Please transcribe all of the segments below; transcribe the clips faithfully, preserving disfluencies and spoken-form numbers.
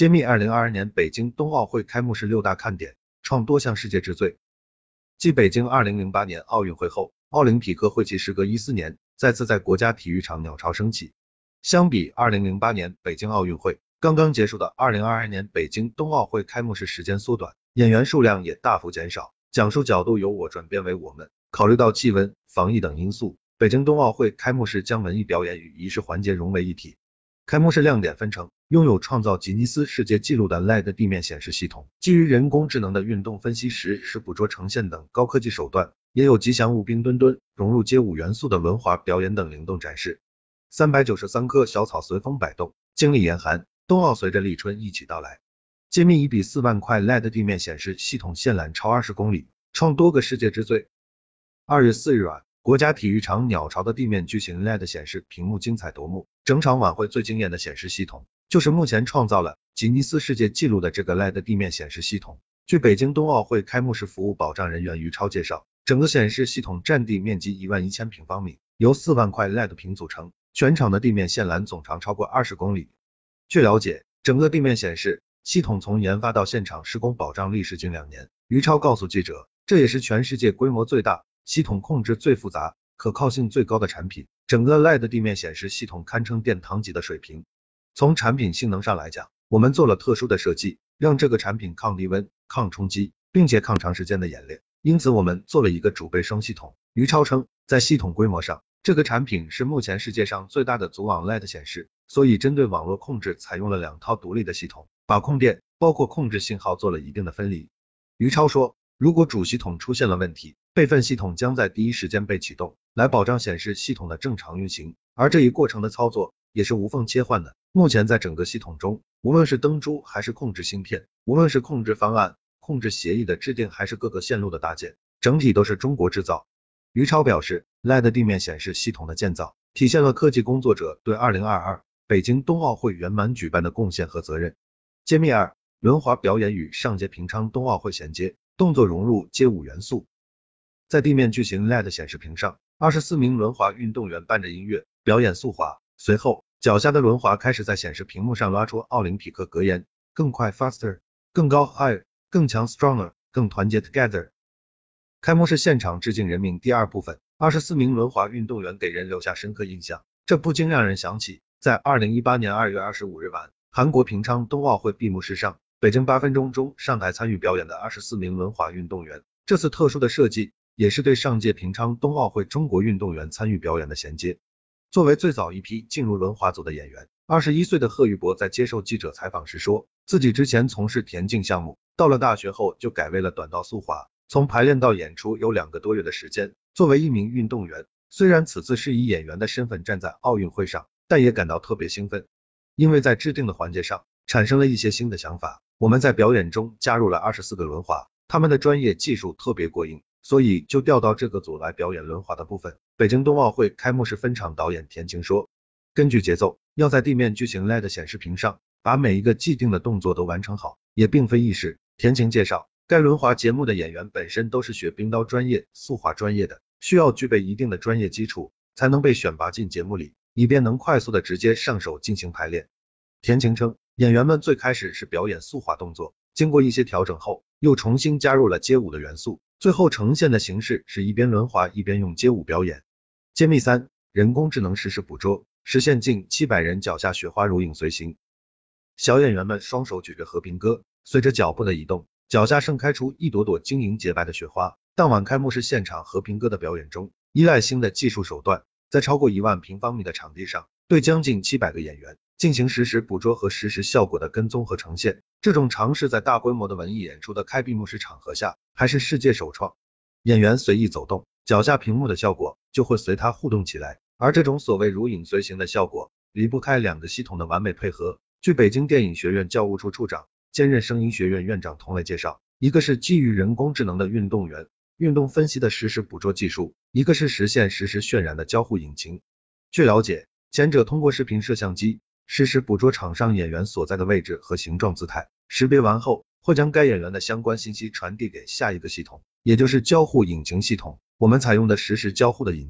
揭秘二零二二年北京冬奥会开幕式六大看点，创多项世界之最。继北京二零零八年奥运会后，奥林匹克会期时隔一四年再次在国家体育场鸟巢升起。相比二零零八年北京奥运会，刚刚结束的二零二二年北京冬奥会开幕式时间缩短，演员数量也大幅减少，讲述角度由我转变为我们。考虑到气温、防疫等因素，北京冬奥会开幕式将文艺表演与仪式环节融为一体。开幕式亮点分成拥有创造吉尼斯世界纪录的 L E D 地面显示系统，基于人工智能的运动分析实时捕捉呈现等高科技手段，也有吉祥物冰墩墩、融入街舞元素的轮滑表演等灵动展示。三百九十三棵小草随风摆动，经历严寒，冬奥随着立春一起到来。揭秘一比四万块 L E D 地面显示系统线缆超二十公里，创多个世界之最。二月四日晚，国家体育场鸟巢的地面巨型 L E D 显示屏幕精彩夺目，整场晚会最惊艳的显示系统，就是目前创造了吉尼斯世界纪录的这个 L E D 地面显示系统。据北京冬奥会开幕式服务保障人员于超介绍，整个显示系统占地面积一万一千平方米，由四万块 L E D 屏组成，全场的地面线缆总长超过二十公里。据了解，整个地面显示系统从研发到现场施工保障历时近两年。于超告诉记者，这也是全世界规模最大、系统控制最复杂、可靠性最高的产品，整个 L E D 地面显示系统堪称殿堂级的水平。从产品性能上来讲，我们做了特殊的设计，让这个产品抗低温、抗冲击，并且抗长时间的演练，因此我们做了一个主倍声系统。于超称，在系统规模上，这个产品是目前世界上最大的组网 L E D 显示，所以针对网络控制采用了两套独立的系统，把控电包括控制信号做了一定的分离。于超说，如果主系统出现了问题，备份系统将在第一时间被启动，来保障显示系统的正常运行，而这一过程的操作也是无缝切换的。目前在整个系统中，无论是灯珠还是控制芯片，无论是控制方案、控制协议的制定还是各个线路的搭建，整体都是中国制造。于超表示， L E D 地面显示系统的建造体现了科技工作者对二零二二北京冬奥会圆满举办的贡献和责任。揭秘二，轮滑表演与上届平昌冬奥会衔接，动作融入街舞元素。在地面巨型 L E D 显示屏上，二十四名轮滑运动员伴着音乐表演速滑，随后脚下的轮滑开始在显示屏幕上拉出奥林匹克格言，更快 faster， 更高 higher， 更强 stronger， 更团结 together。 开幕式现场致敬人民第二部分，二十四名轮滑运动员给人留下深刻印象，这不禁让人想起在二零一八年二月二十五日晚，韩国平昌冬奥会闭幕式上，北京八分钟中上台参与表演的二十四名轮滑运动员。这次特殊的设计也是对上届平昌冬奥会中国运动员参与表演的衔接。作为最早一批进入轮滑组的演员，二十一岁的贺玉博在接受记者采访时说，自己之前从事田径项目，到了大学后就改为了短道速滑，从排练到演出有两个多月的时间。作为一名运动员，虽然此次是以演员的身份站在奥运会上，但也感到特别兴奋，因为在制定的环节上产生了一些新的想法。我们在表演中加入了二十四个轮滑，他们的专业技术特别过硬，所以就调到这个组来表演轮滑的部分。北京冬奥会开幕式分场导演田晴说，根据节奏，要在地面巨型 L E D 显示屏上把每一个既定的动作都完成好，也并非易事。田晴介绍，该轮滑节目的演员本身都是学冰刀专业、速滑专业的，需要具备一定的专业基础，才能被选拔进节目里，以便能快速的直接上手进行排练。田晴称，演员们最开始是表演速滑动作，经过一些调整后，又重新加入了街舞的元素，最后呈现的形式是一边轮滑一边用街舞表演。揭秘三，人工智能实时捕捉，实现近七百人脚下雪花如影随形。小演员们双手举着和平鸽，随着脚步的移动，脚下盛开出一朵朵晶莹洁白的雪花。当晚开幕式现场和平鸽的表演中，依赖新的技术手段，在超过一万平方米的场地上，对将近七百个演员进行实时捕捉和实时效果的跟踪和呈现。这种尝试在大规模的文艺演出的开闭幕式场合下还是世界首创。演员随意走动，脚下屏幕的效果就会随他互动起来，而这种所谓如影随形的效果离不开两个系统的完美配合。据北京电影学院教务处处长兼任声音学院院长佟磊介绍，一个是基于人工智能的运动员运动分析的实时捕捉技术，一个是实现实时渲染的交互引擎。据了解，前者通过视频摄像机实时捕捉场上演员所在的位置和形状姿态，识别完后会将该演员的相关信息传递给下一个系统，也就是交互引擎系统。我们采用的实时交互的引擎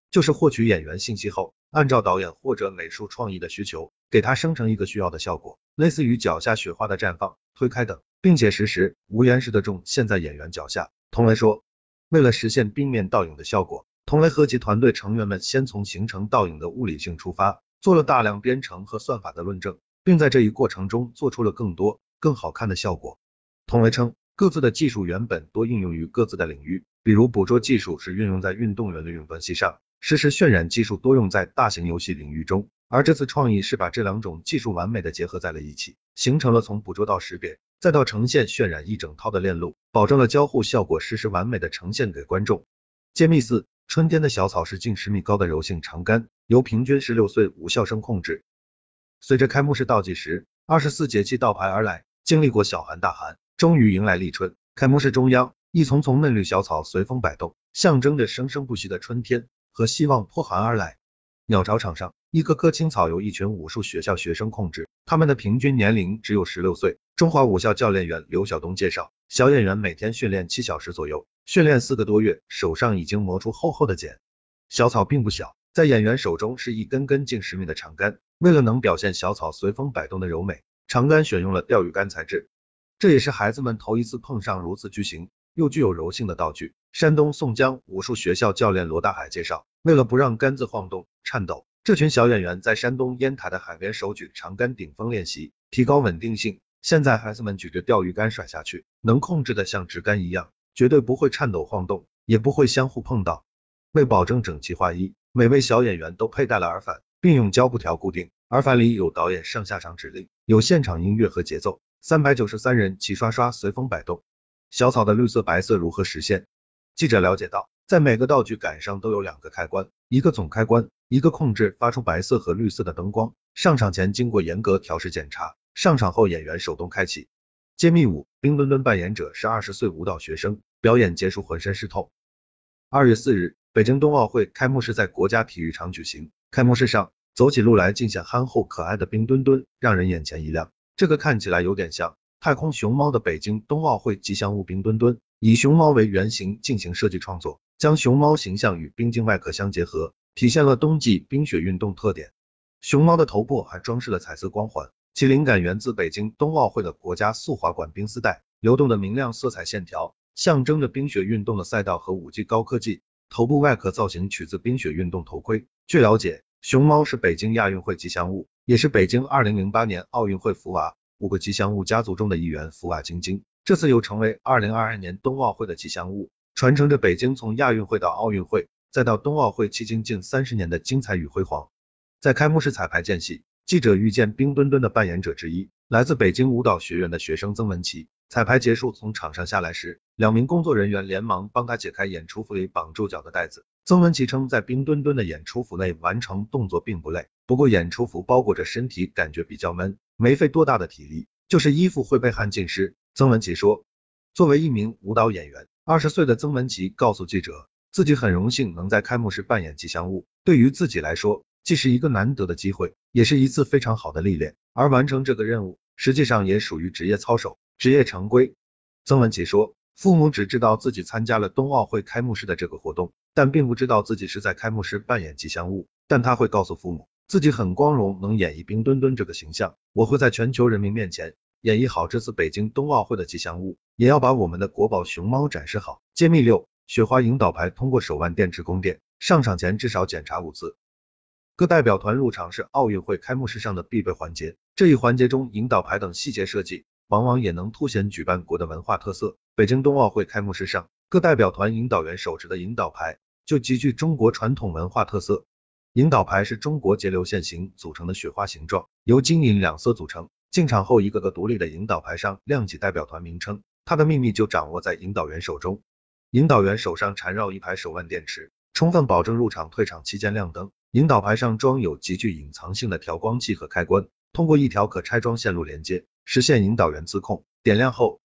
就是获取演员信息后，按照导演或者美术创意的需求，给它生成一个需要的效果，类似于脚下雪花的绽放、推开等，并且实时无源式的重现在演员脚下。同雷说，为了实现冰面倒影的效果，同雷和其团队成员们先从形成倒影的物理性出发，做了大量编程和算法的论证，并在这一过程中做出了更多、更好看的效果。同雷称，各自的技术原本多应用于各自的领域，比如捕捉技术是运用在运动员的运分析上，实时渲染技术多用在大型游戏领域中，而这次创意是把这两种技术完美的结合在了一起，形成了从捕捉到识别，再到呈现渲染一整套的链路，保证了交互效果实时完美的呈现给观众。揭秘四，春天的小草是近十米高的柔性长杆，由平均十六岁吴孝生控制。随着开幕式倒计时，二十四节气到排而来，经历过小寒大寒，终于迎来立春。开幕式中央，一丛丛嫩绿小草随风摆动，象征着生生不息的春天和希望破寒而来。鸟巢场上，一棵棵青草由一群武术学校学生控制，他们的平均年龄只有十六岁。中华武校教练员刘晓东介绍，小演员每天训练七小时左右，训练四个多月，手上已经磨出厚厚的茧。小草并不小，在演员手中是一根根近十米的长杆，为了能表现小草随风摆动的柔美，长杆选用了钓鱼竿材质。这也是孩子们头一次碰上如此巨型又具有柔性的道具。山东宋江武术学校教练罗大海介绍，为了不让杆子晃动颤抖，这群小演员在山东烟台的海边手举长杆顶风练习，提高稳定性。现在孩子们举着钓鱼竿甩下去，能控制的像直杆一样，绝对不会颤抖晃动，也不会相互碰到。为保证整齐划一，每位小演员都佩戴了耳返，并用胶布条固定，耳返里有导演上下场指令，有现场音乐和节奏，三百九十三人齐刷刷随风摆动。小草的绿色白色如何实现？记者了解到，在每个道具杆上都有两个开关，一个总开关，一个控制发出白色和绿色的灯光，上场前经过严格调试检查，上场后演员手动开启。揭秘五，冰墩墩扮演者是二十岁舞蹈学生，表演结束浑身湿透。二月四日，北京冬奥会开幕式在国家体育场举行，开幕式上走起路来尽显憨厚可爱的冰墩墩，让人眼前一亮。这个看起来有点像太空熊猫的北京冬奥会吉祥物冰墩墩，以熊猫为原型进行设计创作，将熊猫形象与冰晶外壳相结合，体现了冬季冰雪运动特点。熊猫的头部还装饰了彩色光环，其灵感源自北京冬奥会的国家速滑管冰丝带，流动的明亮色彩线条，象征着冰雪运动的赛道和五 G 高科技。头部外壳造型取自冰雪运动头盔。据了解，熊猫是北京亚运会吉祥物，也是北京二零零八年奥运会福娃五个吉祥物家族中的一员福娃晶晶，这次又成为二零二二年冬奥会的吉祥物，传承着北京从亚运会到奥运会再到冬奥会迄今近三十年的精彩与辉煌。在开幕式彩排间隙，记者遇见冰墩墩的扮演者之一，来自北京舞蹈学院的学生曾文琪。彩排结束从场上下来时，两名工作人员连忙帮他解开演出服里绑住脚的带子。曾文琪称，在冰墩墩的演出服内完成动作并不累，不过演出服包裹着身体，感觉比较闷，没费多大的体力，就是衣服会被汗浸湿。曾文琪说，作为一名舞蹈演员，二十岁的曾文琪告诉记者，自己很荣幸能在开幕式扮演吉祥物，对于自己来说，既是一个难得的机会，也是一次非常好的历练，而完成这个任务，实际上也属于职业操守，职业常规。曾文琪说，父母只知道自己参加了冬奥会开幕式的这个活动，但并不知道自己是在开幕式扮演吉祥物，但他会告诉父母，自己很光荣能演绎冰墩墩这个形象，我会在全球人民面前演绎好这次北京冬奥会的吉祥物，也要把我们的国宝熊猫展示好。揭秘六，雪花引导牌通过手腕电池供电，上场前至少检查五次。各代表团入场是奥运会开幕式上的必备环节，这一环节中引导牌等细节设计往往也能凸显举办国的文化特色。北京冬奥会开幕式上，各代表团引导员手持的引导牌就极具中国传统文化特色。引导牌是中国节流线形组成的雪花形状，由金银两色组成，进场后一个个独立的引导牌上亮起代表团名称，它的秘密就掌握在引导员手中。引导员手上缠绕一排手腕电池，充分保证入场退场期间亮灯。引导牌上装有极具隐藏性的调光器和开关，通过一条可拆装线路连接，实现引导员自控。点亮后，